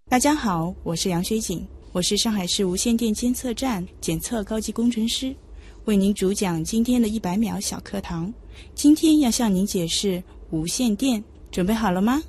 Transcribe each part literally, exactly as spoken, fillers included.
大家好，我是杨学锦，我是上海市无线电监测站检测高级工程师，为您主讲今天的一百秒小课堂。今天要向您解释无线电，准备好了吗？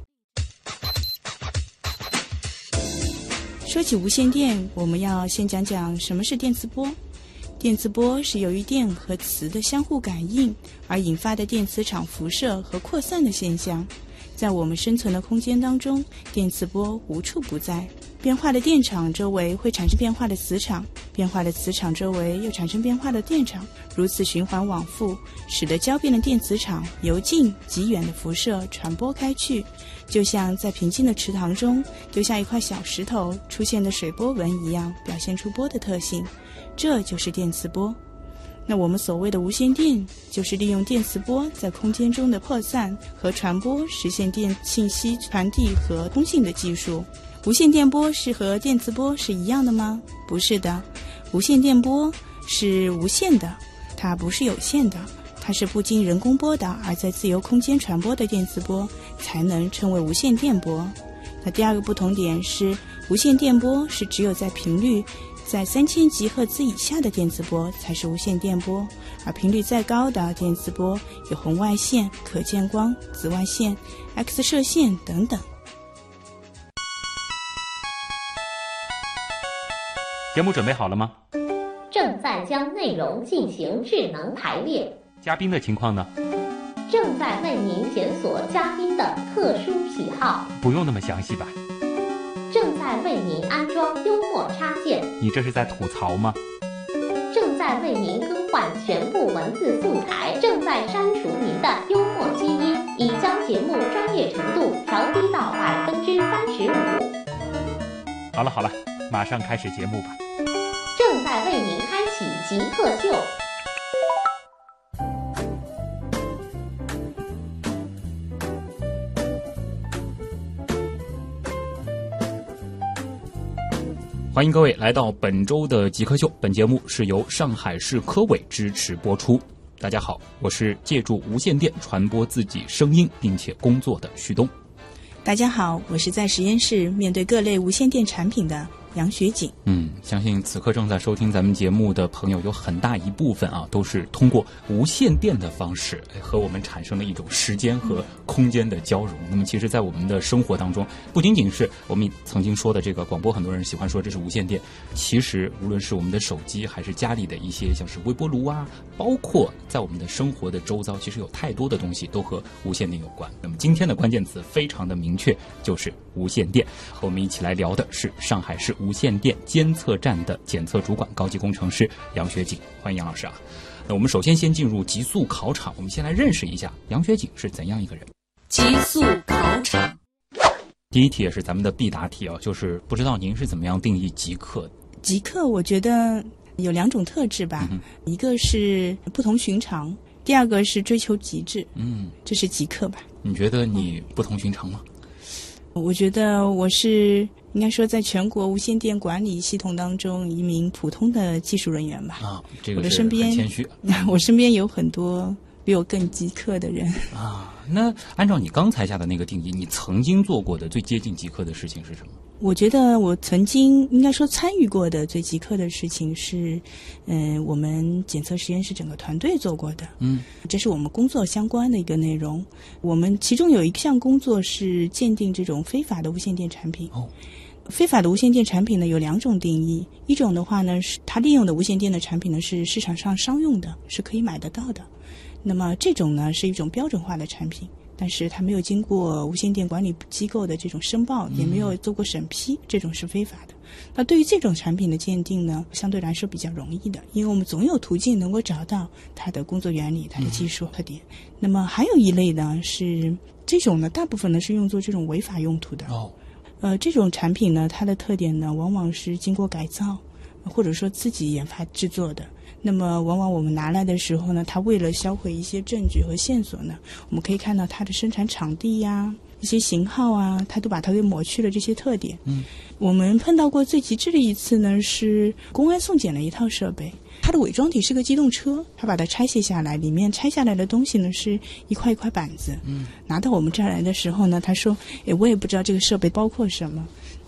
说起无线电，我们要先讲讲什么是电磁波。电磁波是由于电和磁的相互感应而引发的电磁场辐射和扩散的现象。在我们生存的空间当中，电磁波无处不在。变化的电场周围会产生变化的磁场，变化的磁场周围又产生变化的电场，如此循环往复，使得交变的电磁场由近及远的辐射传播开去，就像在平静的池塘中丢下一块小石头出现的水波纹一样，表现出波的特性。这就是电磁波。那我们所谓的无线电，就是利用电磁波在空间中的扩散和传播，实现电信息传递和通信的技术。无线电波是和电磁波是一样的吗？不是的，无线电波是无限的，它不是有限的，它是不经人工波导而在自由空间传播的电磁波，才能称为无线电波。那第二个不同点是，无线电波是只有在频率在三千吉赫兹以下的电磁波才是无线电波，而频率再高的电磁波有红外线、可见光、紫外线、X 射线等等。 节目准备好了吗？ 正在将内容进行智能排列。 嘉宾的情况呢？ 正在为您检索嘉宾的特殊喜好。 不用那么详细吧？ 正在为您安装幽默插件。 你这是在吐槽吗？ 正在为您更换全部文字素材。正在删除您的幽默基因，已将节目专业程度调低到百分之三十五。 好了好了，马上开始节目吧。 正在为您开启极客秀。 欢迎各位来到本周的极客秀，本节目是由上海市科委支持播出。大家好，我是借助无线电传播自己声音并且工作的旭东。 大家好，我是在实验室面对各类无线电产品的杨学锦。 嗯，相信此刻正在收听咱们节目的朋友有很大一部分啊，都是通过无线电的方式和我们产生了一种时间和空间的交融。那么其实在我们的生活当中，不仅仅是我们曾经说的这个广播，很多人喜欢说这是无线电，其实无论是我们的手机还是家里的一些像是微波炉啊，包括在我们的生活的周遭，其实有太多的东西都和无线电有关。那么今天的关键词非常的明确，就是无线电。和我们一起来聊的是上海市无线电监测站的检测主管高级工程师杨学锦。欢迎杨老师啊。那我们首先先进入极速考场，我们先来认识一下杨学锦是怎样一个人。 极速考场， 第一题也是咱们的必答题啊，就是不知道您是怎么样定义极客的？ 极客我觉得有两种特质吧、嗯、一个是不同寻常，第二个是追求极致。嗯，这是极客吧？ 你觉得你不同寻常吗？ 我觉得我是应该说在全国无线电管理系统当中一名普通的技术人员吧。 啊，这个是很谦虚。 我身边有很多比我更极客的人啊。那按照你刚才下的那个定义，你曾经做过的最接近极客的事情是什么？ 我觉得我曾经应该说参与过的最极客的事情是，嗯、呃，我们检测实验室整个团队做过的。嗯，这是我们工作相关的一个内容。我们其中有一项工作是鉴定这种非法的无线电产品。哦，非法的无线电产品呢有两种定义，一种的话呢是它利用的无线电的产品呢是市场上商用的，是可以买得到的。那么这种呢是一种标准化的产品，但是它没有经过无线电管理机构的这种申报，也没有做过审批，这种是非法的。那对于这种产品的鉴定呢，相对来说比较容易的，因为我们总有途径能够找到它的工作原理、它的技术特点。那么还有一类呢是这种呢，大部分呢是用作这种违法用途的。哦，呃，这种产品呢，它的特点呢，往往是经过改造，或者说自己研发制作的。那么往往我们拿来的时候呢，它为了销毁一些证据和线索呢，我们可以看到它的生产场地呀、一些型号啊，它都把它给抹去了这些特点。嗯，我们碰到过最极致的一次呢，是公安送检了一套设备，它的伪装体是个机动车，它把它拆卸下来，里面拆下来的东西呢是一块一块板子。嗯，拿到我们这儿来的时候呢，他说：“诶，我也不知道这个设备包括什么。”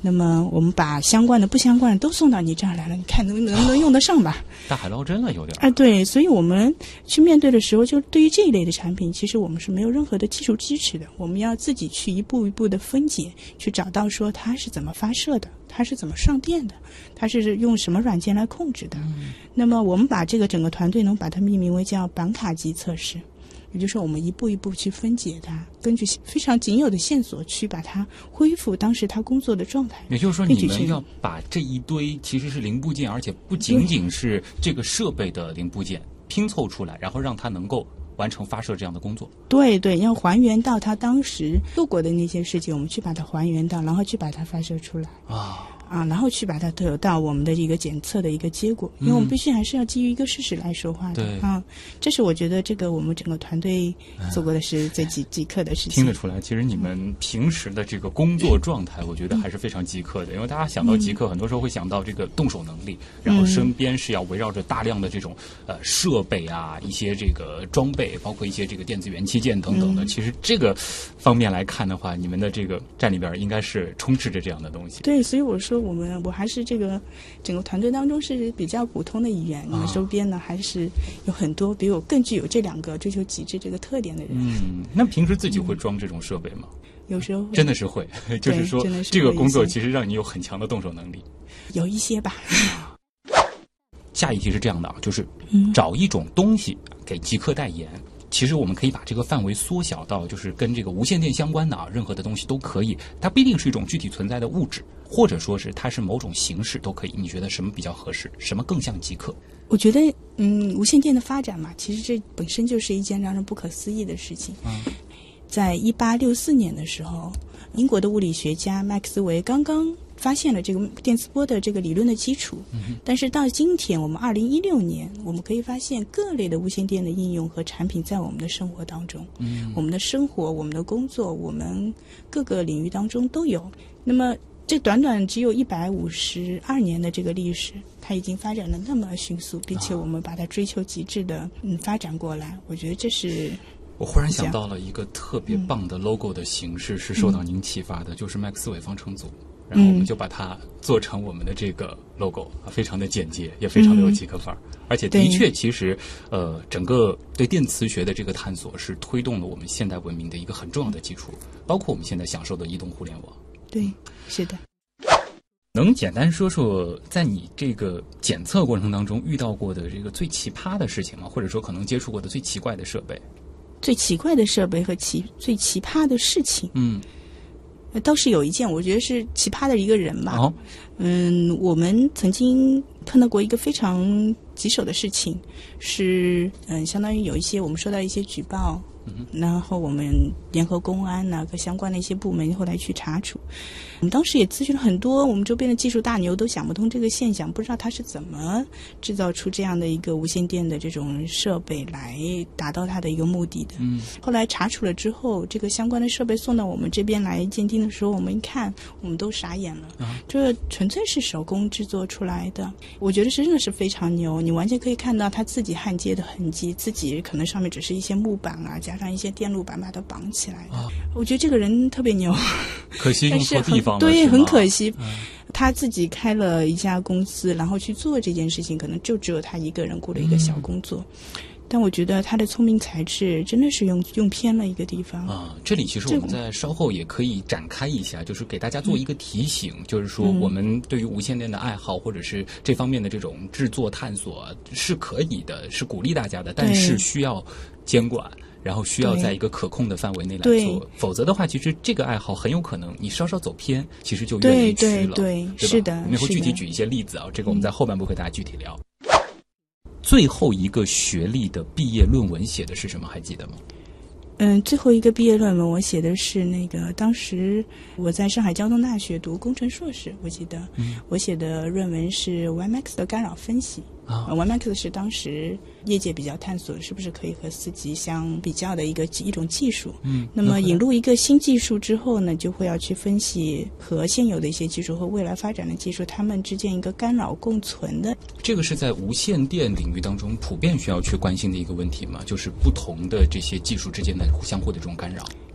那么我们把相关的、不相关的都送到你这儿来了，你看能能不能用得上吧？ 大海捞针了，有点。 啊，对，所以我们去面对的时候，就对于这一类的产品，其实我们是没有任何的技术支持的，我们要自己去一步一步的分解，去找到说它是怎么发射的，它是怎么上电的，它是用什么软件来控制的。嗯、那么我们把这个整个团队能把它命名为叫板卡级测试。也就是说我们一步一步去分解它，根据非常仅有的线索去把它恢复当时它工作的状态。 也就是说你们要把这一堆其实是零部件，而且不仅仅是这个设备的零部件拼凑出来，然后让它能够完成发射这样的工作。 对对，要还原到它当时做过的那些事情，我们去把它还原到，然后去把它发射出来啊啊，然后去把它得到我们的一个检测的一个结果，因为我们必须还是要基于一个事实来说话的。 对啊，这是我觉得这个我们整个团队做过的是最极极客的事情。 听得出来，其实你们平时的这个工作状态，我觉得还是非常极客的，因为大家想到极客，很多时候会想到这个动手能力，然后身边是要围绕着大量的这种呃设备啊，一些这个装备，包括一些这个电子元器件等等的。其实这个方面来看的话，你们的这个站里边应该是充斥着这样的东西。 对，所以我说。我们我还是这个整个团队当中是比较普通的一员，我们周边呢还是有很多比我更具有这两个追求极致这个特点的人。 嗯，那平时自己会装这种设备吗？ 嗯、有时候真的是会，就是说这个工作其实让你有很强的动手能力。 有一些吧。 下一题是这样的啊，就是找一种东西给极客代言。其实我们可以把这个范围缩小到，就是跟这个无线电相关的啊，任何的东西都可以。它不一定是一种具体存在的物质，或者说是它是某种形式都可以。你觉得什么比较合适？什么更像极客？ 我觉得，嗯，无线电的发展嘛，其实这本身就是一件让人不可思议的事情。嗯，在一八六四年的时候，英国的物理学家麦克斯韦刚刚发现了这个电磁波的这个理论的基础，嗯、但是到今天我们二零一六年，我们可以发现各类的无线电的应用和产品在我们的生活当中，嗯、我们的生活、我们的工作、我们各个领域当中都有。那么这短短只有一百五十二年的这个历史，它已经发展的那么迅速，并且我们把它追求极致的嗯发展过来，我觉得这是。 我忽然想到了一个特别棒的 logo 的形式，是受到您启发的，嗯、就是麦克斯韦方程组。然后我们就把它做成我们的这个 logo，啊，非常的简洁，也非常的有极客范儿，嗯、而且的确，其实呃，整个对电磁学的这个探索是推动了我们现代文明的一个很重要的基础，包括我们现在享受的移动互联网。 对，是的。 能简单说说在你这个检测过程当中遇到过的这个最奇葩的事情吗？或者说可能接触过的最奇怪的设备？ 最奇怪的设备和奇最奇葩的事情，嗯。倒是有一件，我觉得是奇葩的一个人吧。哦、嗯，我们曾经碰到过一个非常棘手的事情，是嗯，相当于有一些我们收到一些举报，嗯、然后我们联合公安呐、啊、和相关的一些部门后来去查处。我们当时也咨询了很多我们周边的技术大牛，都想不通这个现象，不知道他是怎么制造出这样的一个无线电的这种设备来达到他的一个目的的。嗯，后来查处了之后，这个相关的设备送到我们这边来鉴定的时候，我们一看，我们都傻眼了。啊、这纯粹是手工制作出来的，我觉得是真的是非常牛，你完全可以看到他自己焊接的痕迹，自己可能上面只是一些木板啊，加上一些电路板把它绑起来的。啊、我觉得这个人特别牛， 可惜用错地方了。 对，很可惜。嗯、他自己开了一家公司，然后去做这件事情，可能就只有他一个人雇了一个小工作。嗯、但我觉得他的聪明才智真的是用用偏了一个地方啊。这里其实我们在稍后也可以展开一下，就是给大家做一个提醒，嗯、就是说我们对于无线电的爱好或者是这方面的这种制作探索是可以的，是鼓励大家的，但是需要监管。然后需要在一个可控的范围内来做，否则的话，其实这个爱好很有可能你稍稍走偏，其实就越雷区了， 对对对， 对是的。 我们会具体举一些例子啊，这个我们在后半部和大家具体聊。嗯、最后一个学历的毕业论文写的是什么？还记得吗？ 嗯，最后一个毕业论文我写的是那个，当时我在上海交通大学读工程硕士，我记得，嗯、我写的论文是 Y M X 的干扰分析。啊、Y M X 是当时业界比较探索是不是可以和四级相比较的一个一种技术。嗯，那么引入一个新技术之后呢，就会要去分析和现有的一些技术和未来发展的技术，它们之间一个干扰共存的。 这个是在无线电领域当中普遍需要去关心的一个问题嘛，就是不同的这些技术之间的相互的这种干扰。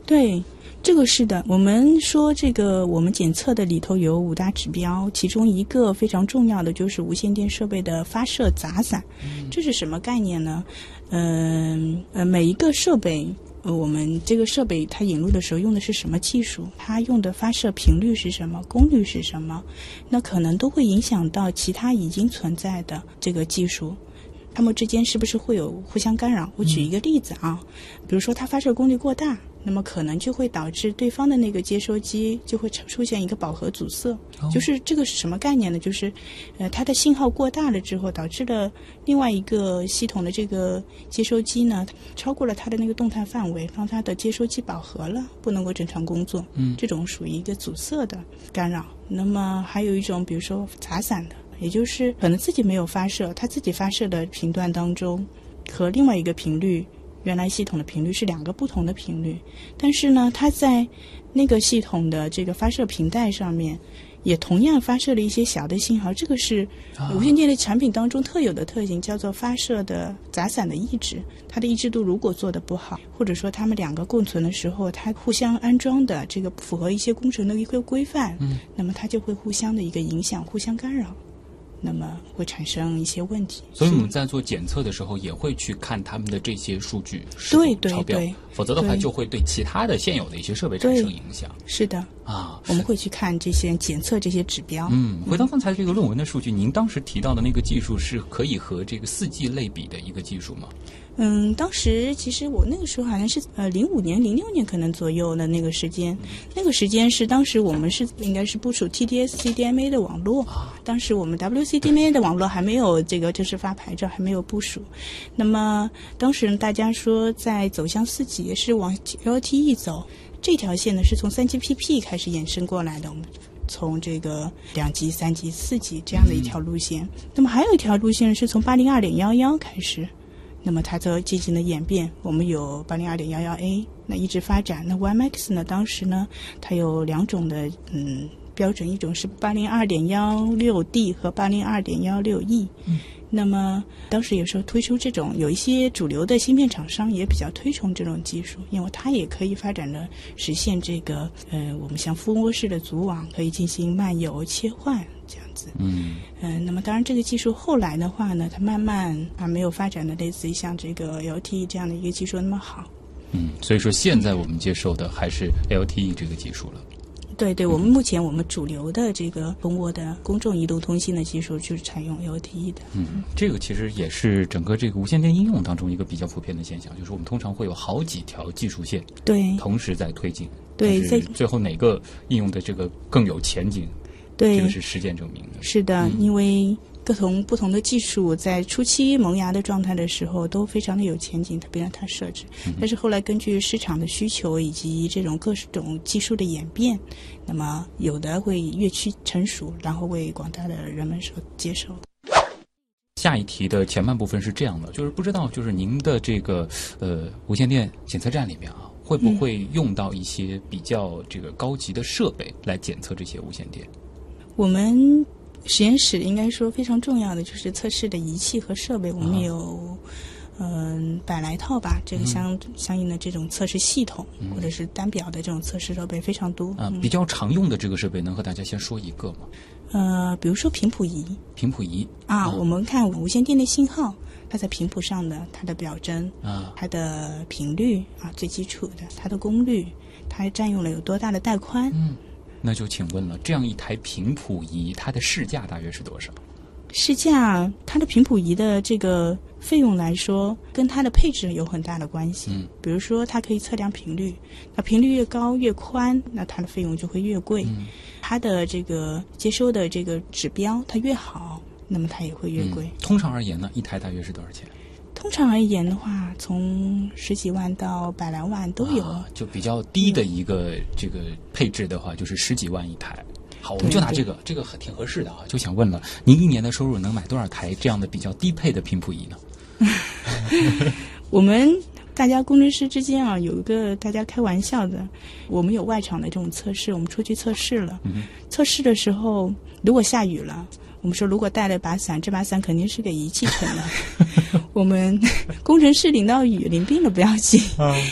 对，这个是的。我们说这个我们检测的里头有五大指标，其中一个非常重要的就是无线电设备的发射杂散。嗯、这是什么概念呢？嗯 呃, 呃，每一个设备，呃，我们这个设备它引入的时候用的是什么技术，它用的发射频率是什么，功率是什么，那可能都会影响到其他已经存在的这个技术。它们之间是不是会有互相干扰？我举一个例子啊，嗯、比如说它发射功率过大，那么可能就会导致对方的那个接收机就会出现一个饱和阻塞。哦、就是这个是什么概念呢？就是呃，它的信号过大了之后，导致了另外一个系统的这个接收机呢，超过了它的那个动态范围，让它的接收机饱和了，不能够正常工作。嗯，这种属于一个阻塞的干扰。那么还有一种，比如说杂散的。也就是可能自己没有发射，它自己发射的频段当中和另外一个频率原来系统的频率是两个不同的频率，但是呢它在那个系统的这个发射频带上面也同样发射了一些小的信号，这个是无线电的产品当中特有的特性，叫做发射的杂散的抑制。它的抑制度如果做得不好，或者说它们两个共存的时候，它互相安装的这个不符合一些工程的一个规范，嗯，那么它就会互相的一个影响，互相干扰，那么会产生一些问题。 所以我们在做检测的时候也会去看他们的这些数据是否超标， 对对对， 否则的话就会对其他的现有的一些设备产生影响。 是的啊， 我们会去看这些检测这些指标。 嗯，回到刚才这个论文的数据，您当时提到的那个技术是可以和这个四 G 类比的一个技术吗？ 嗯，当时其实我那个时候好像是呃零五年、零六年可能左右的那个时间，嗯、那个时间是当时我们是应该是部署 T D S C D M A 的网络，啊、当时我们 W C D M A 的网络还没有这个就是发牌照，还没有部署。那么当时大家说在走向四 G 也是往 L T E 走，这条线呢是从三 G P P 开始衍生过来的，我们从这个两 G、三 G、四 G 这样的一条路线。嗯、那么还有一条路线是从八零二点一一开始。那么它则进行了演变，我们有 八零二点一一 A， 那一直发展。那 Y M X 呢，当时呢，它有两种的嗯标准，一种是 八零二点一六 D 和 八零二点一六 E。嗯，那么当时有时候推出这种，有一些主流的芯片厂商也比较推崇这种技术，因为它也可以发展了实现这个呃，我们像蜂窝式的组网，可以进行漫游切换。这样子，嗯，呃，那么当然，这个技术后来的话呢，它慢慢还没有发展的类似于像这个 L T E 这样的一个技术那么好。 嗯，所以说现在我们接受的还是 L T E 这个技术了。 对对，我们目前我们主流的这个蜂窝的公众移动通信的技术就是采用 L T E 的。 嗯，这个其实也是整个这个无线电应用当中一个比较普遍的现象，就是我们通常会有好几条技术线对同时在推进， 对， 在最后哪个应用的这个更有前景？ 对， 这个是实践证明的。 是的， 嗯、 因为各同不同的技术在初期萌芽的状态的时候都非常的有前景，特别让它设置。嗯、但是后来根据市场的需求以及这种各种技术的演变，那么有的会越趋成熟，然后为广大的人们所接受。 下一题的前半部分是这样的，就是不知道就是您的这个呃无线电检测站里面啊，会不会用到一些比较这个高级的设备来检测这些无线电？ 我们实验室应该说非常重要的就是测试的仪器和设备，我们有嗯、呃、百来套吧，这个相、嗯、相应的这种测试系统、嗯、或者是单表的这种测试设备非常多。 啊、嗯，比较常用的这个设备能和大家先说一个吗？ 呃，比如说频谱仪。 频谱仪啊，啊我们看无线电的信号，它在频谱上的它的表征啊，它的频率啊，最基础的它的功率，它占用了有多大的带宽。 嗯。那就请问了，这样一台频谱仪，它的市价大约是多少？ 市价，它的频谱仪的这个费用来说，跟它的配置有很大的关系。嗯，比如说它可以测量频率，那频率越高越宽，那它的费用就会越贵。嗯，它的这个接收的这个指标它越好，那么它也会越贵。 嗯、通常而言呢，一台大约是多少钱？ 通常而言的话，从十几万到百来万都有、啊、 就比较低的一个这个配置的话，就是十几万一台。好，我们就拿这个，这个挺合适的啊。就想问了，您一年的收入能买多少台这样的比较低配的频谱仪呢？ 我们大家工程师之间啊，有一个大家开玩笑的，我们有外场的这种测试，我们出去测试了，嗯、测试的时候如果下雨了。我们说，如果带了把伞，这把伞肯定是给仪器撑的。我们工程师淋到雨淋病了不要紧，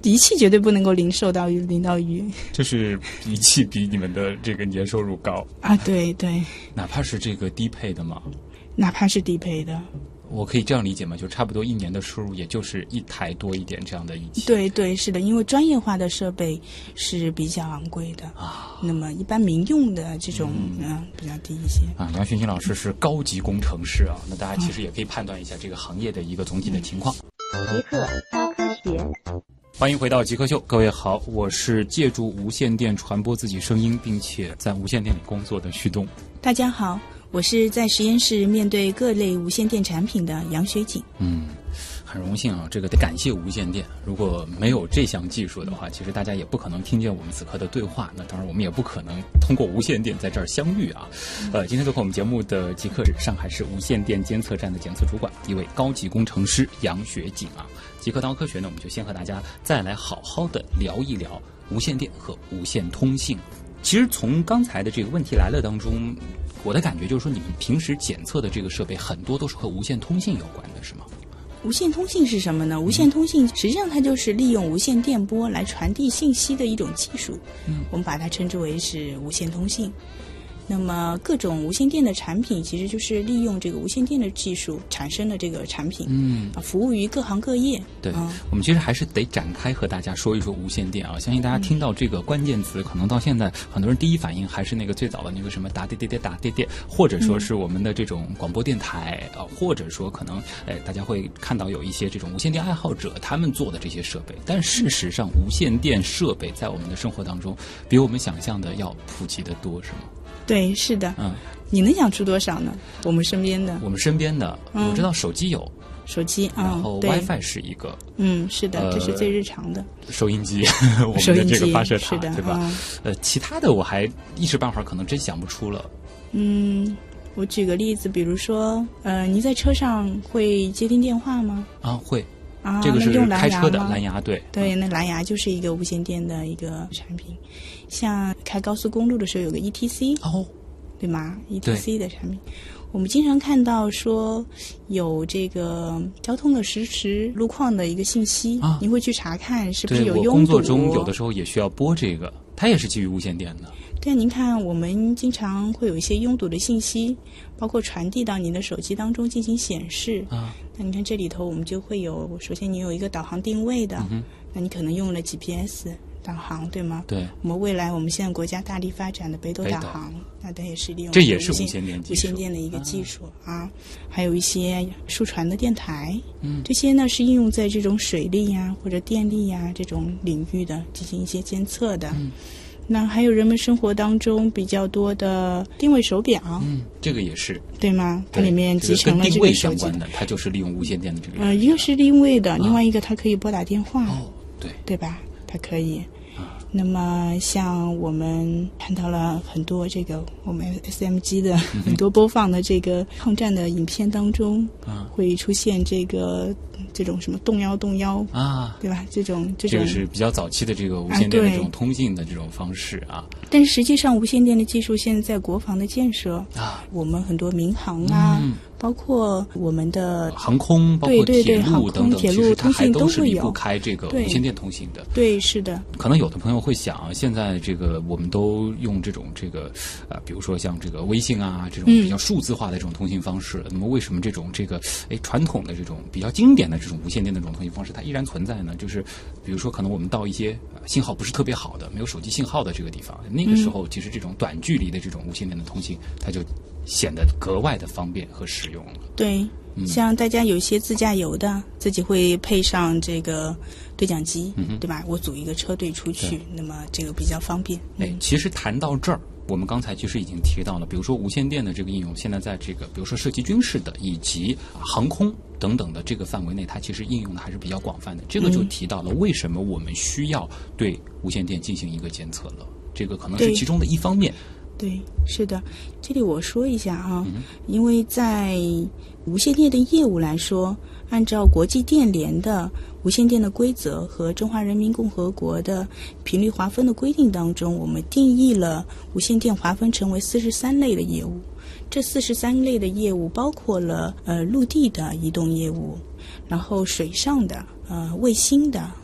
仪器绝对不能够零受到淋到雨。 就是仪器比你们的这个年收入高啊，对对， 哪怕是这个低配的吗？ 哪怕是低配的。 我可以这样理解吗？就差不多一年的收入也就是一台多一点这样的仪器。 对对，是的，因为专业化的设备是比较昂贵的啊，那么一般民用的这种嗯、呃、比较低一些啊。杨学勤老师是高级工程师啊，那大家其实也可以判断一下这个行业的一个总体的情况。 极客高科学。 欢迎回到极客秀，各位好，我是借助无线电传播自己声音，并且在无线电里工作的旭东。 大家好，我是在实验室面对各类无线电产品的杨学锦。 嗯，很荣幸啊，这个得感谢无线电。如果没有这项技术的话，其实大家也不可能听见我们此刻的对话。那当然，我们也不可能通过无线电在这儿相遇啊。呃，今天做客我们节目的极客是上海市无线电监测站的检测主管，一位高级工程师杨学锦啊。极客当科学呢，我们就先和大家再来好好的聊一聊无线电和无线通信。其实从刚才的这个问题来了当中，我的感觉就是说，你们平时检测的这个设备很多都是和无线通信有关的，是吗？ 无线通信是什么呢？无线通信实际上它就是利用无线电波来传递信息的一种技术，嗯，我们把它称之为是无线通信。那么各种无线电的产品其实就是利用这个无线电的技术产生的这个产品，嗯，服务于各行各业。 对、 嗯、 我们其实还是得展开和大家说一说无线电啊。相信大家听到这个关键词、嗯、可能到现在很多人第一反应还是那个最早的那个什么打滴滴滴打滴滴，或者说是我们的这种广播电台啊、嗯，或者说可能哎大家会看到有一些这种无线电爱好者他们做的这些设备。但事实上无线电设备在我们的生活当中比我们想象的要普及的多，是吗？ 对，是的。嗯，你能想出多少呢？我们身边的， 我们身边的，嗯、我知道手机有， 手机，嗯、 然后 WiFi 是一个， 嗯，是的，这是最日常的。 呃、收音机，我们的这个发射塔， 对吧？ 嗯、 呃，其他的我还一时半会儿可能真想不出了。 嗯，我举个例子，比如说，呃，你在车上会接听电话吗？ 啊，会。 啊， 这个是开车的蓝牙，对对，那蓝牙就是一个无线电的一个产品。像开高速公路的时候有个 E T C 哦， 对吗 ？E T C 的产品，我们经常看到说有这个交通的实时路况的一个信息，啊、你会去查看是不是有拥堵。 我工作中有的时候也需要播这个，它也是基于无线电的。 对，您看，我们经常会有一些拥堵的信息，包括传递到您的手机当中进行显示。啊，那你看这里头，我们就会有，首先你有一个导航定位的，嗯、那你可能用了 G P S 导航，对吗？ 对。 我们未来我们现在国家大力发展的北斗导航，那它也是利用这也是无线电技术无线电的一个技术啊。啊还有一些输传的电台，嗯，这些呢是应用在这种水利呀或者电力呀这种领域的进行一些监测的。嗯。那还有人们生活当中比较多的定位手表， 嗯，这个也是对吗？它里面集成了这个手机相关的，它就是利用无线电的这个。 呃，一个是定位的，啊、另外一个它可以拨打电话， 哦，对， 对吧？它可以。啊、那么像我们看到了很多这个我们 S M G 的很多播放的这个抗战的影片当中，啊、会出现这个。这种什么动幺动幺啊， 对吧？这种这种这个是比较早期的这个无线电的这种通信的这种方式啊。 但是实际上，无线电的技术现在在国防的建设啊，我们很多民航啊，嗯、包括我们的航空，包括铁路等等， 铁路通信都是离不开这个无线电通信的。 对，是的。 可能有的朋友会想，现在这个我们都用这种这个呃，比如说像这个微信啊这种比较数字化的这种通信方式，嗯、那么为什么这种这个哎传统的这种比较经典的这种无线电的这种通信方式它依然存在呢？就是比如说可能我们到一些、呃、信号不是特别好的没有手机信号的这个地方，那个时候其实这种短距离的这种无线电的通信它就显得格外的方便和实用了。 对、嗯、像大家有些自驾游的自己会配上这个对讲机、嗯、对吧？我组一个车队出去，那么这个比较方便。 哎、嗯，其实谈到这儿我们刚才其实已经提到了，比如说无线电的这个应用，现在在这个比如说涉及军事的以及航空等等的这个范围内，它其实应用的还是比较广泛的。这个就提到了为什么我们需要对无线电进行一个监测了，这个可能是其中的一方面。 对，是的，这里我说一下啊，嗯、因为在无线电的业务来说，按照国际电联的无线电的规则和中华人民共和国的频率划分的规定当中，我们定义了无线电划分成为四十三类的业务。这四十三类的业务包括了呃陆地的移动业务，然后水上的、呃卫星的、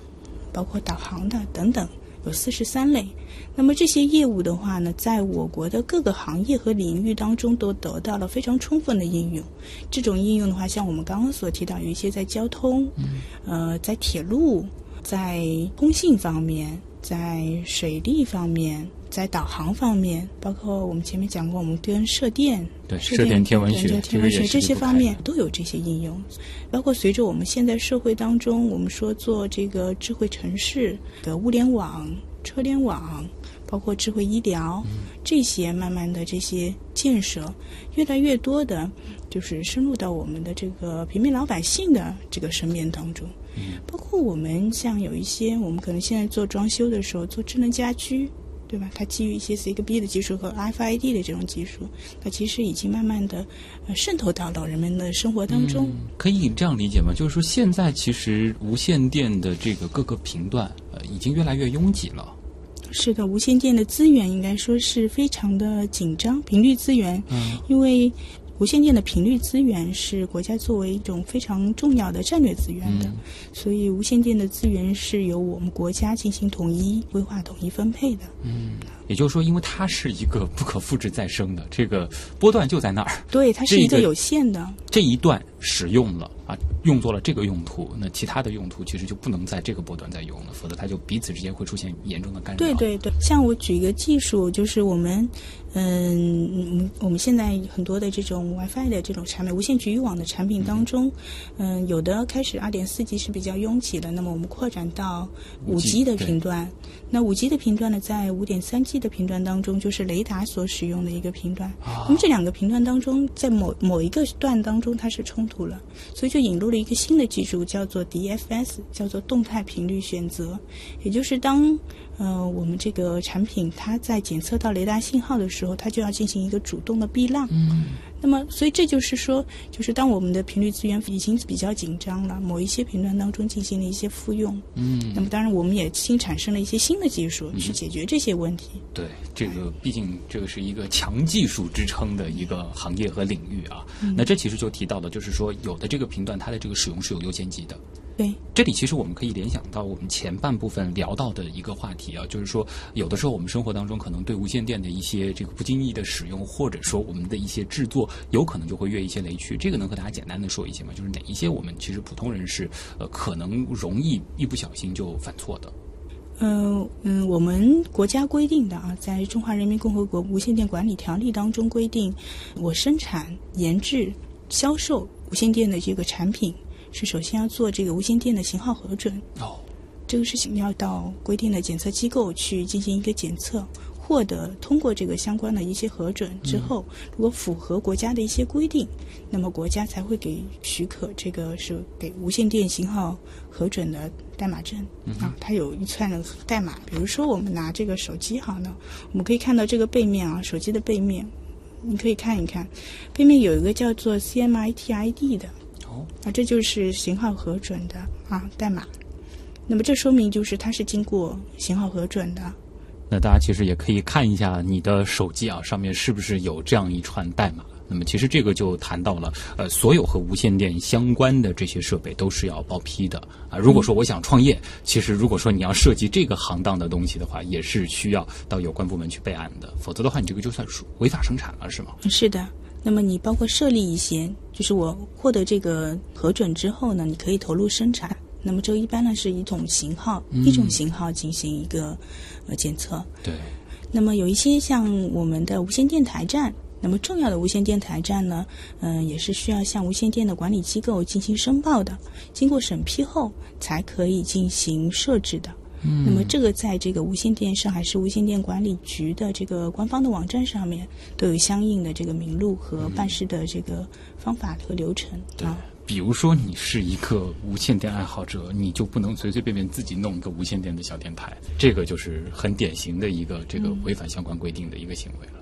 包括导航的等等，有四十三类。那么这些业务的话呢，在我国的各个行业和领域当中都得到了非常充分的应用。这种应用的话，像我们刚刚所提到，有一些在交通，嗯、呃，在铁路，在通信方面，在水利方面，在导航方面，包括我们前面讲过，我们跟射电、 对射电天文学、 天文学这些方面都有这些应用。包括随着我们现在社会当中，我们说做这个智慧城市的物联网、车联网，包括智慧医疗，嗯、这些慢慢的这些建设，越来越多的，就是深入到我们的这个平民老百姓的这个身边当中。嗯、包括我们像有一些，我们可能现在做装修的时候，做智能家居，对吧？它基于一些 C G B 的技术和 R F I D 的这种技术，它其实已经慢慢的、呃、渗透到了人们的生活当中。 嗯、可以这样理解吗？就是说，现在其实无线电的这个各个频段，呃，已经越来越拥挤了。 是的，无线电的资源应该说是非常的紧张，频率资源，嗯，因为无线电的频率资源是国家作为一种非常重要的战略资源的，嗯、所以无线电的资源是由我们国家进行统一规划、统一分配的。 嗯，也就是说，因为它是一个不可复制再生的，这个波段就在那儿。 对，它是一个有限的。 这一段使用了啊，用作了这个用途，那其他的用途其实就不能在这个波段再用了，否则它就彼此之间会出现严重的干扰。 对对对，像我举一个技术，就是我们嗯，我们现在很多的这种 WiFi 的这种产品，无线局域网的产品当中，嗯，有的开始 二点四 级是比较拥挤了，那么我们扩展到五 G 的频段。那五 G 的频段呢，在 五点三 G 的频段当中，就是雷达所使用的一个频段。啊、那么这两个频段当中，在某某一个段当中它是冲突了，所以就引入了一个新的技术，叫做 D F S， 叫做动态频率选择。也就是当呃我们这个产品它在检测到雷达信号的时候，它就要进行一个主动的避浪。嗯。那么，所以这就是说，就是当我们的频率资源已经比较紧张了，某一些频段当中进行了一些复用，嗯，那么当然我们也新产生了一些新的技术去解决这些问题。 嗯、对，这个毕竟这个是一个强技术支撑的一个行业和领域啊。嗯、那这其实就提到了，就是说有的这个频段它的这个使用是有优先级的。 对， 这里其实我们可以联想到我们前半部分聊到的一个话题啊，就是说有的时候我们生活当中可能对无线电的一些这个不经意的使用，或者说我们的一些制作，有可能就会越一些雷区。这个能和大家简单的说一些吗？就是哪一些我们其实普通人是呃可能容易一不小心就犯错的？ 嗯嗯，我们国家规定的啊，在《中华人民共和国无线电管理条例》当中规定，我生产、研制、销售无线电的这个产品，是首先要做这个无线电的型号核准。哦，这个事情要到规定的检测机构去进行一个检测，获得通过这个相关的一些核准之后，嗯、如果符合国家的一些规定，那么国家才会给许可，这个是给无线电型号核准的代码证、嗯、啊，它有一串的代码。比如说我们拿这个手机好呢，我们可以看到这个背面啊，手机的背面，你可以看一看，背面有一个叫做 C M I T I D 的。哦，啊，这就是型号核准的啊代码。那么这说明就是它是经过型号核准的。 那大家其实也可以看一下你的手机啊，上面是不是有这样一串代码。那么其实这个就谈到了，呃，所有和无线电相关的这些设备都是要报批的啊。如果说我想创业，嗯、其实如果说你要涉及这个行当的东西的话，也是需要到有关部门去备案的，否则的话，你这个就算属违法生产了，是吗？ 是的。那么你包括设立一些，就是我获得这个核准之后呢，你可以投入生产。那么这个一般呢是一种型号，嗯、一种型号进行一个呃检测。 对。 那么有一些像我们的无线电台站，那么重要的无线电台站呢，嗯、呃，也是需要向无线电的管理机构进行申报的，经过审批后才可以进行设置的。嗯，那么这个在这个无线电上海市无线电管理局的这个官方的网站上面都有相应的这个名录和办事的这个方法和流程。 嗯、对。啊，比如说你是一个无线电爱好者，你就不能随随便便自己弄一个无线电的小电台，这个就是很典型的一个这个违反相关规定的一个行为了。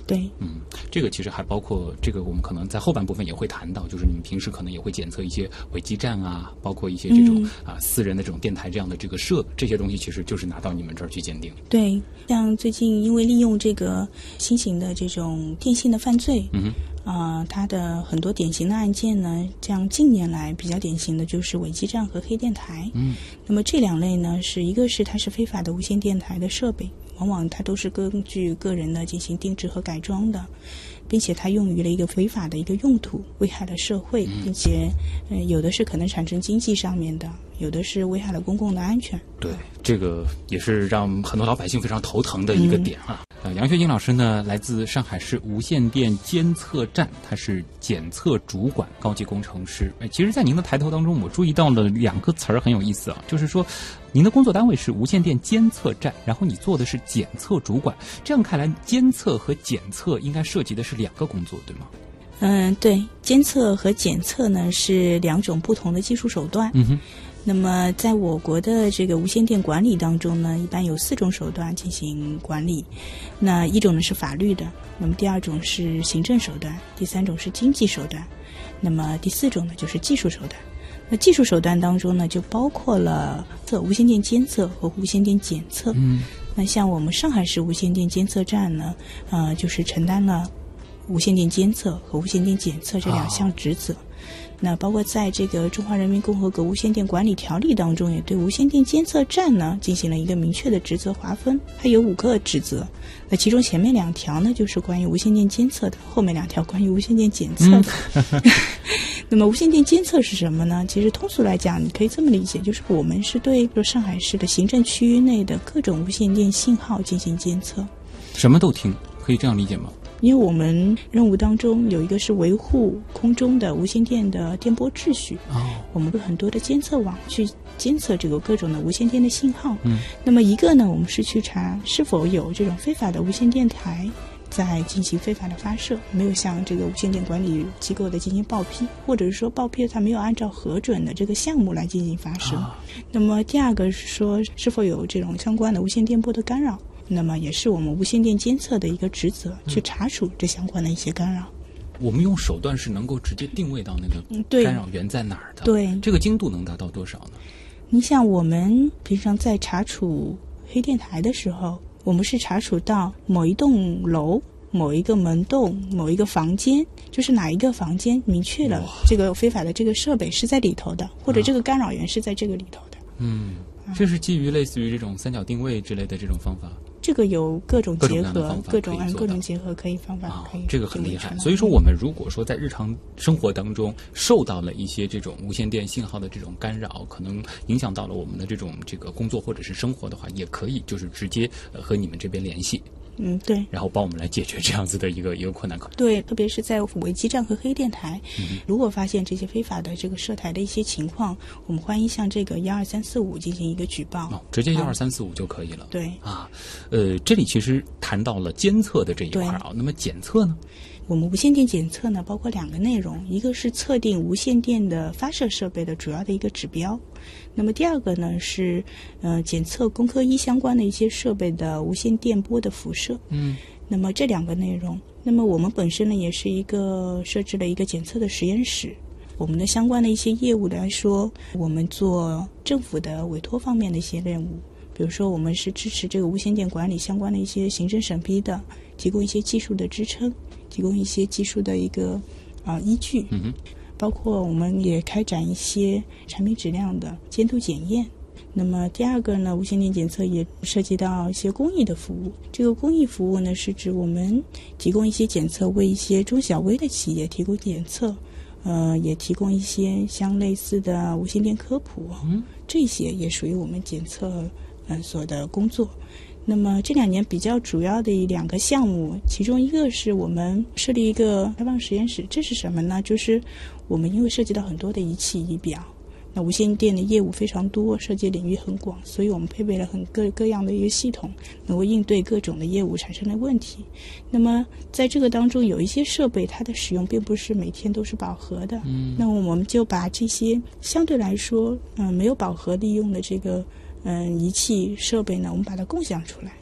对， 嗯，这个其实还包括这个，我们可能在后半部分也会谈到，就是你们平时可能也会检测一些伪基站啊，包括一些这种、嗯、啊私人的这种电台这样的这个设这些东西，其实就是拿到你们这儿去鉴定。 对，像最近因为利用这个新型的这种电信的犯罪， 嗯哼。 啊、呃，它的很多典型的案件呢，像近年来比较典型的就是伪基站和黑电台。 嗯， 那么这两类呢，是一个是它是非法的无线电台的设备，往往它都是根据个人呢进行定制和改装的，并且它用于了一个非法的一个用途，危害了社会，并且呃有的是可能产生经济上面的，有的是危害了公共的安全。 对，这个也是让很多老百姓非常头疼的一个点啊。嗯呃，杨学英老师呢，来自上海市无线电监测站，他是检测主管高级工程师。哎，其实，在您的抬头当中，我注意到了两个词儿很有意思啊，就是说，您的工作单位是无线电监测站，然后你做的是检测主管。这样看来，监测和检测应该涉及的是两个工作，对吗？ 嗯，对，监测和检测呢是两种不同的技术手段。 嗯哼。 那么在我国的这个无线电管理当中呢，一般有四种手段进行管理。那一种呢是法律的，那么第二种是行政手段，第三种是经济手段，那么第四种呢就是技术手段。那技术手段当中呢，就包括了无线电监测和无线电检测。 嗯， 那像我们上海市无线电监测站呢，呃，就是承担了无线电监测和无线电检测这两项职责。哦，那包括在这个《中华人民共和国无线电管理条例》当中，也对无线电监测站呢进行了一个明确的职责划分，它有五个职责。那其中前面两条呢就是关于无线电监测的，后面两条关于无线电检测的。嗯、那么无线电监测是什么呢？其实通俗来讲，你可以这么理解，就是我们是对上海市的行政区域内的各种无线电信号进行监测。 什么都听，可以这样理解吗？ 因为我们任务当中有一个是维护空中的无线电的电波秩序， 哦， 我们有很多的监测网去监测这个各种的无线电的信号。 嗯， 那么一个呢，我们是去查是否有这种非法的无线电台在进行非法的发射，没有向这个无线电管理机构的进行报批，或者是说报批它没有按照核准的这个项目来进行发射。 哦， 那么第二个是说是否有这种相关的无线电波的干扰。那么也是我们无线电监测的一个职责，去查处这相关的一些干扰。 我们用手段是能够直接定位到那个干扰源在哪儿的。 对， 这个精度能达到多少呢？ 你像我们平常在查处黑电台的时候，我们是查处到某一栋楼、某一个门洞、某一个房间，就是哪一个房间明确了这个非法的这个设备是在里头的，或者这个干扰源是在这个里头的。 嗯，这是基于类似于这种三角定位之类的这种方法。 这个有各种结合， 各种按各种结合可以方法可以、 哦，这个很厉害。所以说，我们如果说在日常生活当中受到了一些这种无线电信号的这种干扰，可能影响到了我们的这种这个工作或者是生活的话，也可以就是直接呃和你们这边联系。 嗯，对， 然后帮我们来解决这样子的一个一个困难。 对，特别是在伪基站和黑电台、 嗯， 如果发现这些非法的这个涉台的一些情况，我们欢迎向这个一二三四五进行一个举报。 哦，直接一二三四五就可以了。 对啊，呃，这里其实谈到了监测的这一块啊，那么检测呢？ 我们无线电检测呢，包括两个内容，一个是测定无线电的发射设备的主要的一个指标，那么第二个呢是呃检测工科一相关的一些设备的无线电波的辐射。 嗯， 那么这两个内容，那么我们本身呢也是一个设置了一个检测的实验室。我们的相关的一些业务来说，我们做政府的委托方面的一些任务，比如说我们是支持这个无线电管理相关的一些行政审批的，提供一些技术的支撑，提供一些技术的一个啊、呃、依据。 嗯哼， 包括我们也开展一些产品质量的监督检验。那么第二个呢，无线电检测也涉及到一些公益的服务。这个公益服务呢，是指我们提供一些检测，为一些中小微的企业提供检测，呃，也提供一些像类似的无线电科普， 嗯， 这些也属于我们检测呃所的工作。那么这两年比较主要的两个项目，其中一个是我们设立一个开放实验室。这是什么呢？就是我们因为涉及到很多的仪器仪表，那无线电的业务非常多，涉及领域很广，所以我们配备了很各各样的一个系统，能够应对各种的业务产生的问题。那么在这个当中，有一些设备它的使用并不是每天都是饱和的， 嗯， 那么我们就把这些相对来说嗯、呃、没有饱和利用的这个嗯、呃仪器设备呢，我们把它共享出来。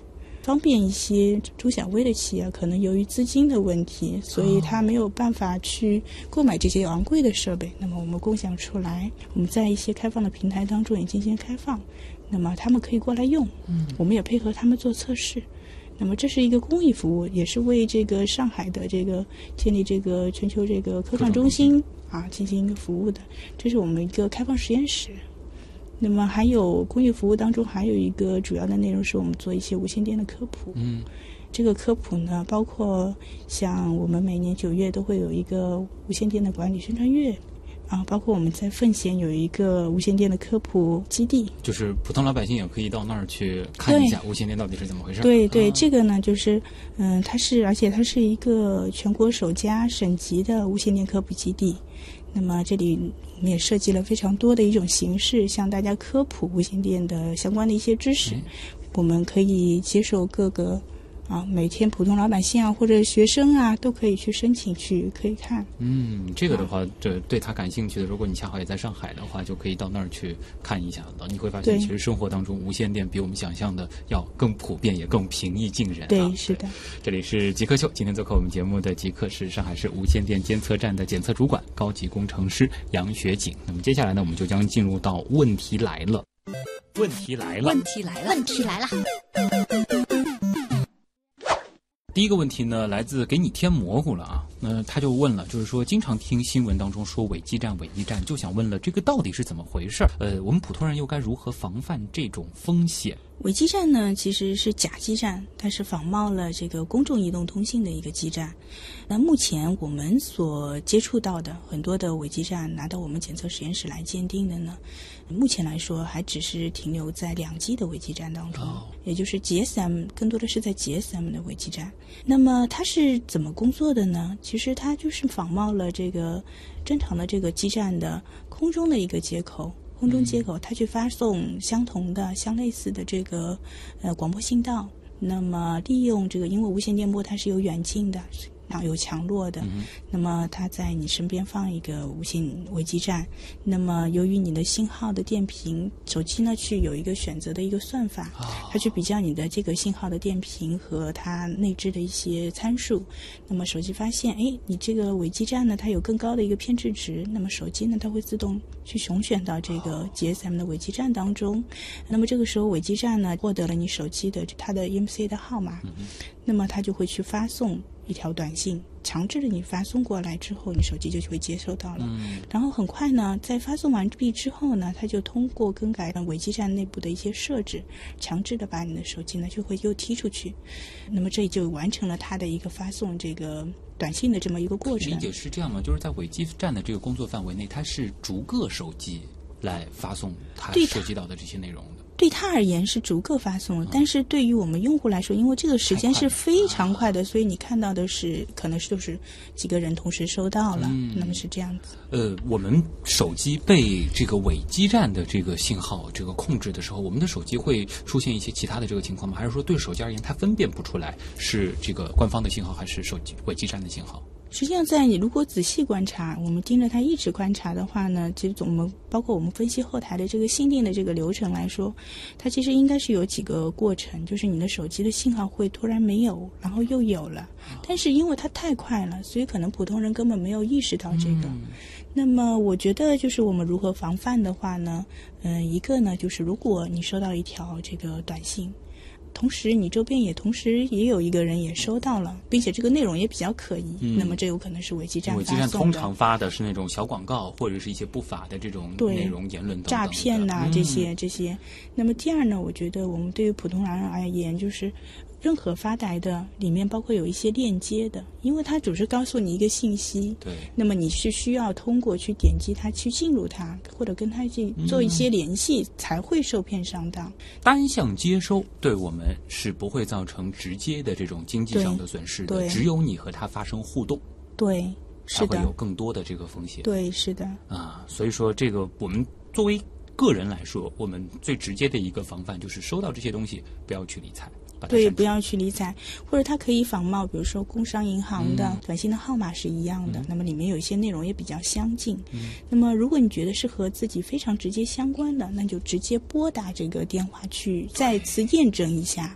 方便一些中小微的企业，可能由于资金的问题，所以他没有办法去购买这些昂贵的设备。那么我们共享出来，我们在一些开放的平台当中也进行开放，那么他们可以过来用，嗯，我们也配合他们做测试。那么这是一个公益服务，也是为这个上海的这个建立这个全球这个科创中心啊进行一个服务的，这是我们一个开放实验室。那么还有公益服务当中还有一个主要的内容是我们做一些无线电的科普。嗯，这个科普呢，包括像我们每年九月都会有一个无线电的管理宣传月。啊，包括我们在奉贤有一个无线电的科普基地， 就是普通老百姓也可以到那儿去看一下无线电到底是怎么回事。 对对，啊、这个呢，就是嗯，它是而且它是一个全国首家省级的无线电科普基地。那么这里我们也设计了非常多的一种形式，向大家科普无线电的相关的一些知识。嗯、我们可以接受各个。啊，每天普通老百姓啊，或者学生啊，都可以去申请去可以看。 嗯，这个的话，这对他感兴趣的，如果你恰好也在上海的话，就可以到那儿去看一下了。你会发现，其实生活当中无线电比我们想象的要更普遍，也更平易近人、啊。 对，是的。 这里是极客秀，今天做客我们节目的极客是上海市无线电监测站的检测主管、高级工程师杨学景。那么接下来呢，我们就将进入到问题来了。问题来了， 问题来了，问题来了。 第一个问题呢，来自给你添蘑菇了啊。那他就问了，就是说经常听新闻当中说伪基站伪基站，就想问了，这个到底是怎么回事？呃，我们普通人又该如何防范这种风险？ 伪基站呢，其实是假基站，它是仿冒了这个公众移动通信的一个基站。那目前我们所接触到的很多的伪基站拿到我们检测实验室来鉴定的呢，目前来说还只是停留在两 G 的伪基站当中，哦、也就是 G S M， 更多的是在 G S M 的伪基站。那么它是怎么工作的呢？其实它就是仿冒了这个正常的这个基站的空中的一个接口。空中接口，它去发送相同的、相类似的这个呃广播信道。那么利用这个，因为无线电波它是有远近的，然后有强弱的。嗯、那么它在你身边放一个无线伪基站，那么由于你的信号的电频，手机呢去有一个选择的一个算法，哦、它去比较你的这个信号的电频和它内置的一些参数。那么手机发现，哎，你这个伪基站呢，它有更高的一个偏置值，那么手机呢，它会自动去熊选到这个 G S M 的伪基站当中。那么这个时候伪基站呢，获得了你手机的它的 E M C 的号码，嗯、那么它就会去发送一条短信，强制的你发送过来之后，你手机就会接收到了。嗯、然后很快呢，在发送完毕之后呢，它就通过更改了伪基站内部的一些设置，强制的把你的手机呢就会又踢出去。那么这就完成了它的一个发送这个短信的这么一个过程。 理解是这样吗？就是在伪基站的这个工作范围内，它是逐个手机来发送它涉及到的这些内容的。 对他而言是逐个发送，嗯、但是对于我们用户来说，因为这个时间是非常快的，所以你看到的是可能是就是几个人同时收到了，嗯、那么是这样子。 呃，我们手机被这个伪基站的这个信号这个控制的时候，我们的手机会出现一些其他的这个情况吗？还是说对手机而言，它分辨不出来是这个官方的信号还是手机伪基站的信号？ 实际上，在你如果仔细观察，我们盯着它一直观察的话呢，其实我们包括我们分析后台的这个限定的这个流程来说，它其实应该是有几个过程，就是你的手机的信号会突然没有，然后又有了，但是因为它太快了，所以可能普通人根本没有意识到这个。嗯、那么我觉得就是我们如何防范的话呢，嗯、呃，一个呢就是如果你收到一条这个短信，同时你周边也同时也有一个人也收到了，并且这个内容也比较可疑，嗯、那么这有可能是伪基站发送的。伪基站通常发的是那种小广告或者是一些不法的这种内容言论等等诈骗呐、啊、这些这些。那么第二呢，我觉得我们对于普通人而言，就是任何发来的里面包括有一些链接的，因为它只是告诉你一个信息， 对， 那么你是需要通过去点击它去进入它，或者跟它去做一些联系，嗯、才会受骗上当。 单向接收对我们是不会造成直接的这种经济上的损失的，只有你和他发生互动， 对，是的， 才会有更多的这个风险。 对，是的啊，所以说这个我们作为个人来说，我们最直接的一个防范就是收到这些东西不要去理睬。 对，不要去理睬，或者它可以仿冒，比如说工商银行的、嗯、短信的号码是一样的，嗯、那么里面有一些内容也比较相近。嗯、那么如果你觉得是和自己非常直接相关的，那就直接拨打这个电话去再次验证一下。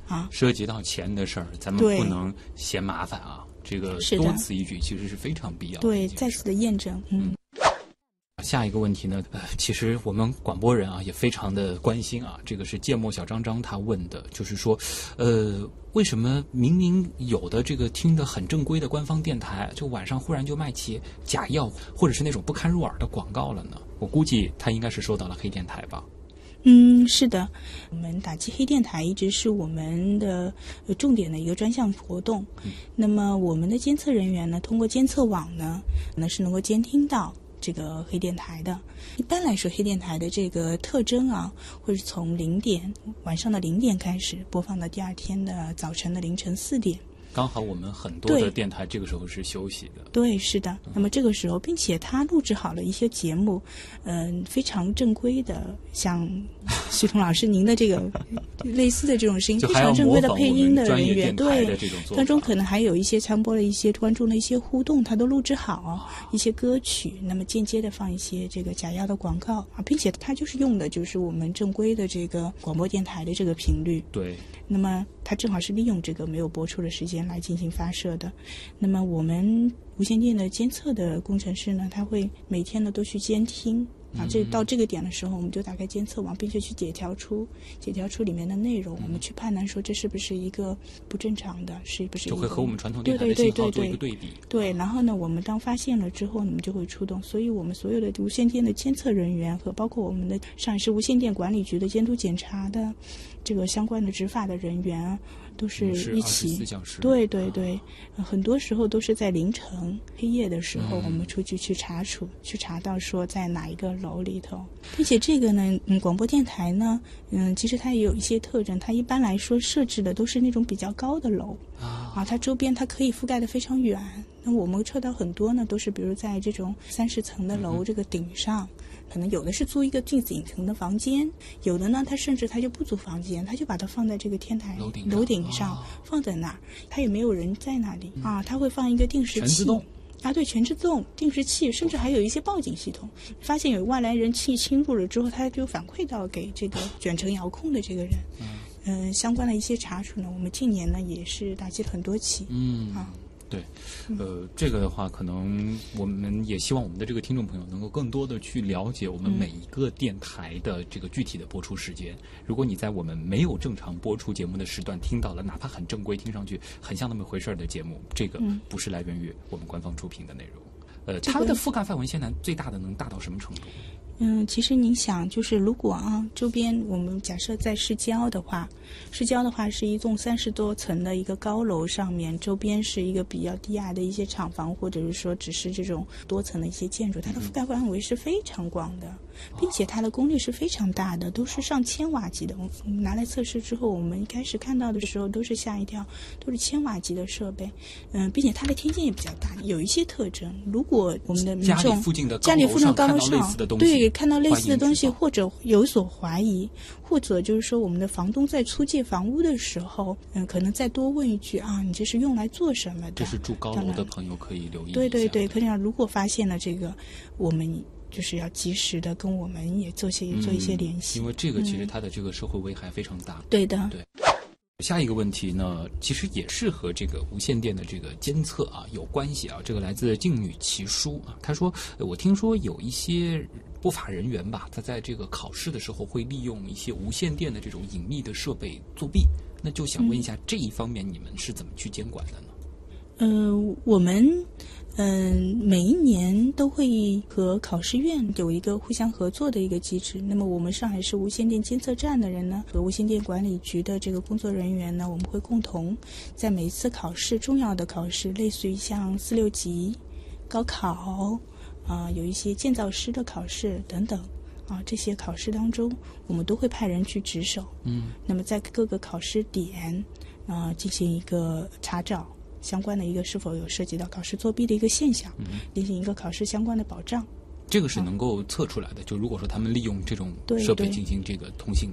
啊。 涉及到钱的事儿，咱们不能嫌麻烦啊。这个多此一举其实是非常必要的。 对，再次的验证。嗯。 下一个问题呢，呃，其实我们广播人啊也非常的关心啊，这个是芥末小张张他问的，就是说，呃，为什么明明有的这个听得很正规的官方电台，就晚上忽然就卖起假药或者是那种不堪入耳的广告了呢？我估计他应该是收到了黑电台吧。 嗯，是的，我们打击黑电台一直是我们的重点的一个专项活动。嗯、那么我们的监测人员呢，通过监测网呢，呢是能够监听到这个黑电台的。一般来说，黑电台的这个特征啊，会是从零点晚上的零点开始播放到第二天的早晨的凌晨四点。 刚好我们很多的电台这个时候是休息的。 对，是的。那么这个时候，并且他录制好了一些节目，嗯、呃，非常正规的，像徐彤老师您的这个类似的这种声音，非常正规的配音的人员，对，当中可能还有一些传播了一些观众的一些互动，他都录制好一些歌曲，那么间接的放一些这个假药的广告啊，并且他就是用的就是我们正规的这个广播电台的这个频率。 对。 那么他正好是利用这个没有播出的时间来进行发射的。那么我们无线电的监测的工程师呢，他会每天呢都去监听啊，这到这个点的时候，我们就打开监测网，并且去解调出解调出里面的内容，我们去判断说这是不是一个不正常的，是不是一个， 就会和我们传统电台的信号做一个对比。 对，然后呢，我们当发现了之后，我们就会出动。所以我们所有的无线电的监测人员和包括我们的上海市无线电管理局的监督检查的这个相关的执法的人员，都是一起。对对对、呃，很多时候都是在凌晨黑夜的时候，我们出去去查处，嗯、去查到说在哪一个楼里头，并且这个呢，嗯，广播电台呢，嗯，其实它也有一些特征，它一般来说设置的都是那种比较高的楼啊，啊它周边它可以覆盖的非常远。那我们测到很多呢，都是比如在这种三十层的楼这个顶上。嗯，可能有的是租一个镜子影城的房间，有的呢，他甚至他就不租房间，他就把它放在这个天台楼顶楼顶上、哦、放在那儿，他也没有人在那里、嗯、啊，他会放一个定时器， 全自动啊，对，全自动定时器，甚至还有一些报警系统。发现有外来人气侵入了之后，他就反馈到给这个卷尘遥控的这个人。嗯，呃、相关的一些查处呢，我们近年呢也是打击了很多起。 嗯啊。对，呃，这个的话，可能我们也希望我们的这个听众朋友能够更多的去了解我们每一个电台的这个具体的播出时间。如果你在我们没有正常播出节目的时段听到了，哪怕很正规，听上去很像那么回事的节目，这个不是来源于我们官方出品的内容。呃，它的覆盖范围现在最大的能大到什么程度？ 嗯，其实您想，就是如果啊，周边我们假设在市郊的话，市郊的话是一栋三十多层的一个高楼上面，周边是一个比较低矮的一些厂房，或者是说只是这种多层的一些建筑，它的覆盖范围是非常广的，并且它的功率是非常大的，都是上千瓦级的。我们拿来测试之后，我们一开始看到的时候都是吓一跳，都是千瓦级的设备。嗯，并且它的天线也比较大，有一些特征。如果我们的民众家里附近的家里附近高楼上对。看到类似的东西，或者有所怀疑，或者就是说我们的房东在出借房屋的时候，嗯，可能再多问一句啊，你这是用来做什么的？ 这是住高楼的朋友可以留意一下。 对对对，可以如果发现了这个，我们就是要及时的跟我们也做些、嗯、做一些联系， 因为这个其实它的这个社会危害非常大。 嗯、对的， 对。下一个问题呢，其实也是和这个无线电的这个监测啊有关系啊。这个来自静女奇书啊，他说，我听说有一些不法人员吧，他在这个考试的时候会利用一些无线电的这种隐秘的设备作弊，那就想问一下、嗯、这一方面你们是怎么去监管的呢？ 呃，我们嗯、呃，每一年都会和考试院有一个互相合作的一个机制。那么我们上海市无线电监测站的人呢，和无线电管理局的这个工作人员呢，我们会共同在每一次考试重要的考试，类似于像四六级、高考啊、呃，有一些建造师的考试等等啊，这些考试当中，我们都会派人去值守。嗯，那么在各个考试点啊、呃，进行一个查找。相关的一个是否有涉及到考试作弊的一个现象，进行一个考试相关的保障。 这个是能够测出来的。就如果说他们利用这种设备进行这个通信的话，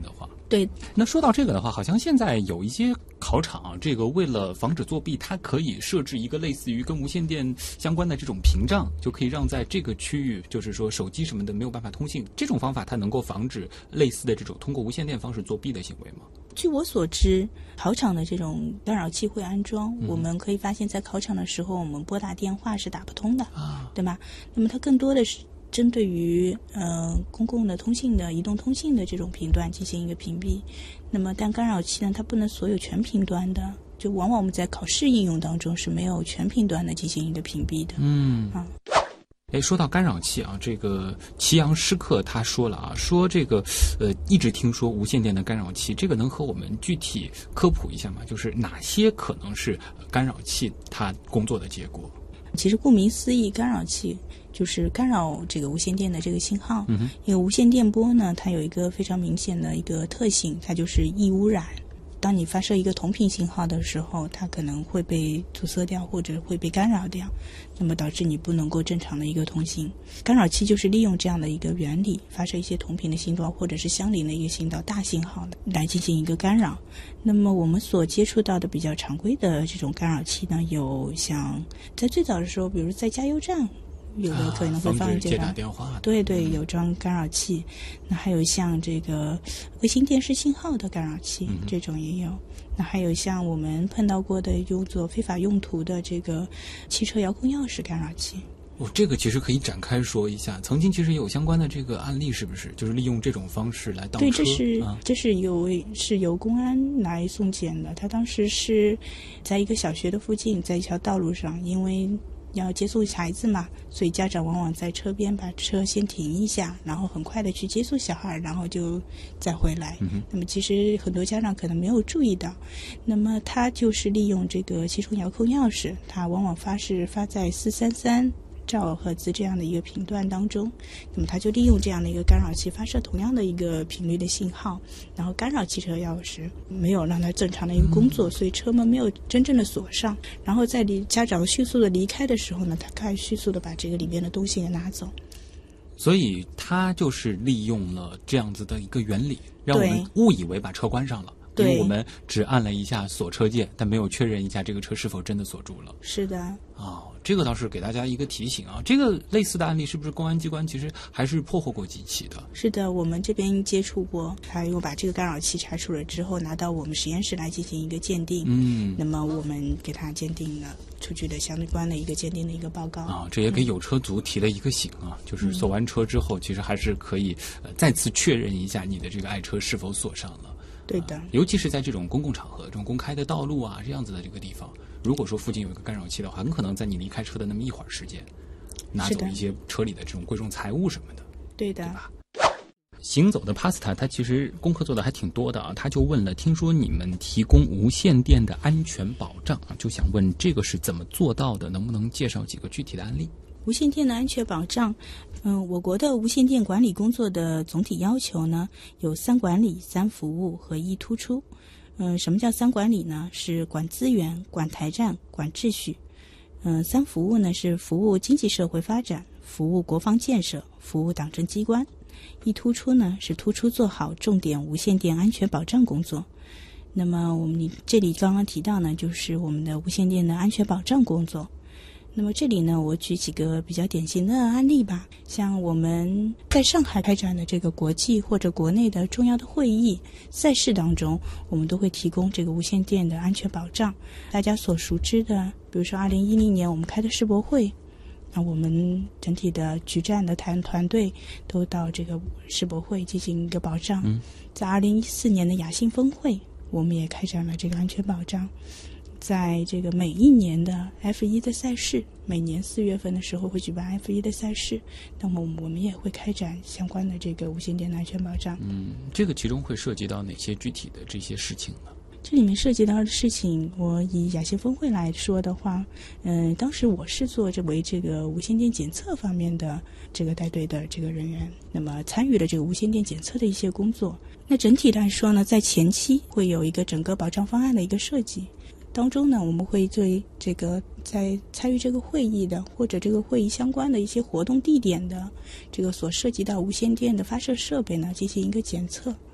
对。 那说到这个的话，好像现在有一些考场啊，这个为了防止作弊，它可以设置一个类似于跟无线电相关的这种屏障，就可以让在这个区域，就是说手机什么的没有办法通信。这种方法它能够防止类似的这种通过无线电方式作弊的行为吗？ 据我所知，考场的这种干扰器会安装、嗯、我们可以发现在考场的时候我们拨打电话是打不通的、啊、对吧？那么它更多的是针对于呃公共的通信的移动通信的这种频段进行一个屏蔽。那么但干扰器呢，它不能所有全频段的，就往往我们在考试应用当中是没有全频段的进行一个屏蔽的。 嗯啊。哎，说到干扰器啊，这个祁阳师课他说了啊，说这个呃，一直听说无线电的干扰器，这个能和我们具体科普一下吗？就是哪些可能是干扰器它工作的结果？ 其实顾名思义，干扰器就是干扰这个无线电的这个信号。嗯，因为无线电波呢，它有一个非常明显的一个特性，它就是易污染。当你发射一个同频信号的时候，它可能会被阻塞掉或者会被干扰掉，那么导致你不能够正常的一个通信。干扰器就是利用这样的一个原理，发射一些同频的信道或者是相邻的一个信道大信号来进行一个干扰。那么我们所接触到的比较常规的这种干扰器呢，有像在最早的时候，比如在加油站有的可能会放这个、 啊、接打电话， 对对，有装干扰器。那还有像这个卫星电视信号的干扰器、嗯、这种也有。那还有像我们碰到过的用作非法用途的这个汽车遥控钥匙干扰器。 哦，这个其实可以展开说一下，曾经其实也有相关的这个案例，是不是？就是利用这种方式来盗车。 对，这是、 啊、 这是由是由公安来送检的。他当时是在一个小学的附近，在一条道路上，因为要接送孩子嘛，所以家长往往在车边把车先停一下，然后很快的去接送小孩，然后就再回来、嗯、那么其实很多家长可能没有注意到，那么他就是利用这个其中遥控钥匙，他往往发是发在四三三兆赫兹这样的一个频段当中，那么它就利用这样的一个干扰器发射同样的一个频率的信号，然后干扰汽车钥匙，没有让它正常的一个工作、嗯、所以车门没有真正的锁上，然后在离家长迅速的离开的时候呢，他可以迅速的把这个里面的东西给拿走。 所以它就是利用了这样子的一个原理，让我们误以为把车关上了，因为我们只按了一下锁车键，但没有确认一下这个车是否真的锁住了。 是的。 哦，这个倒是给大家一个提醒啊。这个类似的案例是不是公安机关其实还是破获过几起的？ 是的，我们这边接触过，他又把这个干扰器查处了之后，拿到我们实验室来进行一个鉴定。嗯，那么我们给他鉴定了，出具了相关的一个鉴定的一个报告。 啊，这也给有车族提了一个醒啊，嗯、就是锁完车之后，其实还是可以、呃、再次确认一下你的这个爱车是否锁上了。 对的、 啊，尤其是在这种公共场合、这种公开的道路啊这样子的这个地方，如果说附近有一个干扰器的话，很可能在你离开车的那么一会儿时间，拿走一些车里的这种贵重财物什么的。 对的。 对吧？行走的 Pasta 他其实功课做的还挺多的啊，他就问了，听说你们提供无线电的安全保障啊，就想问这个是怎么做到的，能不能介绍几个具体的案例？ 无线电的安全保障，嗯、呃，我国的无线电管理工作的总体要求呢，有三管理、三服务和一突出。嗯、呃，什么叫三管理呢？是管资源、管台站、管秩序。嗯、呃，三服务呢是服务经济社会发展、服务国防建设、服务党政机关。一突出呢是突出做好重点无线电安全保障工作。那么我们这里刚刚提到呢，就是我们的无线电的安全保障工作。那么这里呢，我举几个比较典型的案例吧。像我们在上海开展的这个国际或者国内的重要的会议赛事当中，我们都会提供这个无线电的安全保障。大家所熟知的，比如说二零一零年我们开的世博会，那我们整体的局站的团团队都到这个世博会进行一个保障。嗯、在二零一四年的亚信峰会，我们也开展了这个安全保障。在这个每一年的 F 一 的赛事，每年四月份的时候会举办 F 一 的赛事，那么我们也会开展相关的这个无线电的安全保障。 嗯，这个其中会涉及到哪些具体的这些事情呢？ 这里面涉及到的事情，我以亚信峰会来说的话，嗯、呃，当时我是做这为这个无线电检测方面的这个带队的这个人员，那么参与了这个无线电检测的一些工作。那整体来说呢，在前期会有一个整个保障方案的一个设计。当中呢，我们会对这个在参与这个会议的或者这个会议相关的一些活动地点的这个所涉及到无线电的发射设备呢进行一个检测，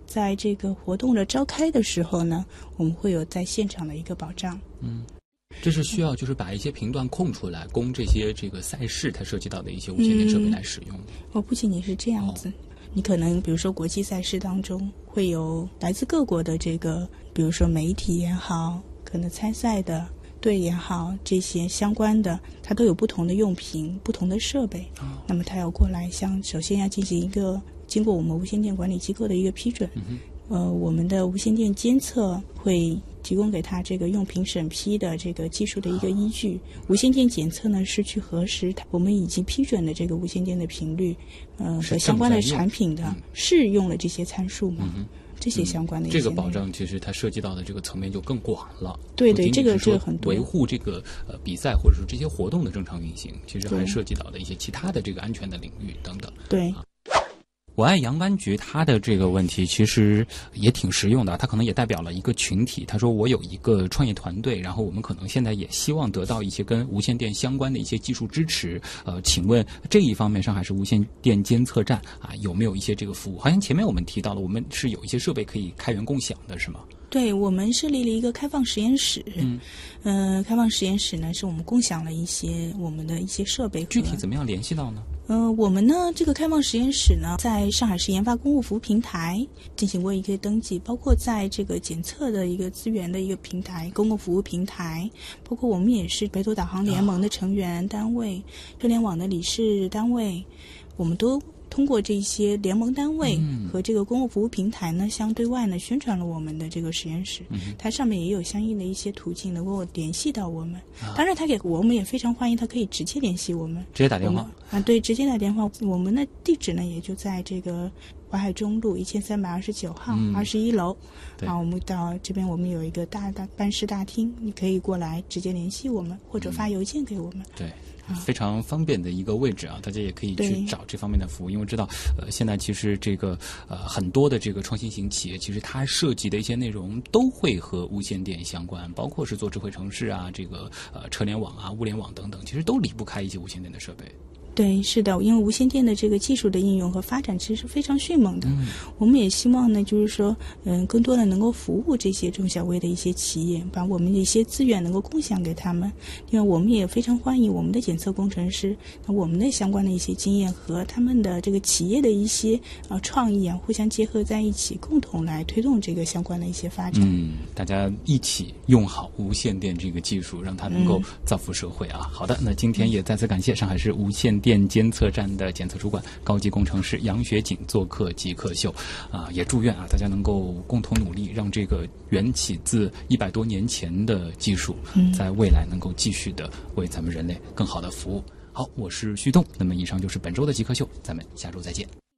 在这个活动的召开的时候呢，我们会有在现场的一个保障。 嗯，这是需要就是把一些频段空出来，供这些这个赛事它涉及到的一些无线电设备来使用。 哦，不仅仅是这样子。哦，你可能比如说国际赛事当中会有来自各国的这个，比如说媒体也好，可能参赛的队也好，这些相关的它都有不同的用品、不同的设备。哦，那么它要过来，像首先要进行一个经过我们无线电管理机构的一个批准。嗯，呃，我们的无线电监测会提供给他这个用品审批的这个技术的一个依据。无线电检测呢是去核实我们已经批准的这个无线电的频率，呃和相关的产品的适用了这些参数嘛。嗯，这些相关的一些、嗯、 这个保障其实它涉及到的这个层面就更广了。 对对，这个这个很多维护这个呃比赛或者是这些活动的正常运行，其实还涉及到的一些其他的这个安全的领域等等。 对。啊， 我爱阳湾局它的这个问题其实也挺实用的，它可能也代表了一个群体。他说我有一个创业团队，然后我们可能现在也希望得到一些跟无线电相关的一些技术支持。呃，请问这一方面上海市无线电监测站啊有没有一些这个服务？好像前面我们提到了，我们是有一些设备可以开源共享的，是吗？ 对，我们设立了一个开放实验室。嗯，呃，开放实验室呢是我们共享了一些我们的一些设备。 具体怎么样联系到呢？ 呃，我们呢，这个开放实验室呢，在上海市研发公共服务平台进行过一个登记，包括在这个检测的一个资源的一个平台、公共服务平台，包括我们也是北斗导航联盟的成员单位、车联网的理事单位，我们都通过这些联盟单位和这个公共服务平台呢，向对外呢宣传了我们的这个实验室。嗯，它上面也有相应的一些途径能够联系到我们。啊，当然，它给我们也非常欢迎，它可以直接联系我们， 直接打电话啊，对，直接打电话。我们的地址呢，也就在这个淮海中路一千三百二十九号二十一楼。啊，我们到这边，我们有一个大大办事大厅，你可以过来直接联系我们，或者发邮件给我们。 嗯，对。非常方便的一个位置啊，大家也可以去找这方面的服务，因为知道，呃，现在其实这个呃很多的这个创新型企业，其实它涉及的一些内容都会和无线电相关，包括是做智慧城市啊，这个呃车联网啊、物联网等等，其实都离不开一些无线电的设备。 对，是的，因为无线电的这个技术的应用和发展其实是非常迅猛的。嗯，我们也希望呢，就是说，嗯，更多的能够服务这些中小微的一些企业，把我们的一些资源能够共享给他们。因为我们也非常欢迎我们的检测工程师，那我们的相关的一些经验和他们的这个企业的一些呃创意啊，互相结合在一起，共同来推动这个相关的一些发展。 嗯，大家一起用好无线电这个技术，让它能够造福社会啊。嗯，好的，那今天也再次感谢上海市无线电电监测站的检测主管、高级工程师杨学景做客极客秀，啊，也祝愿啊大家能够共同努力，让这个缘起自一百多年前的技术，在未来能够继续的为咱们人类更好的服务。好，我是旭东，那么以上就是本周的极客秀，咱们下周再见。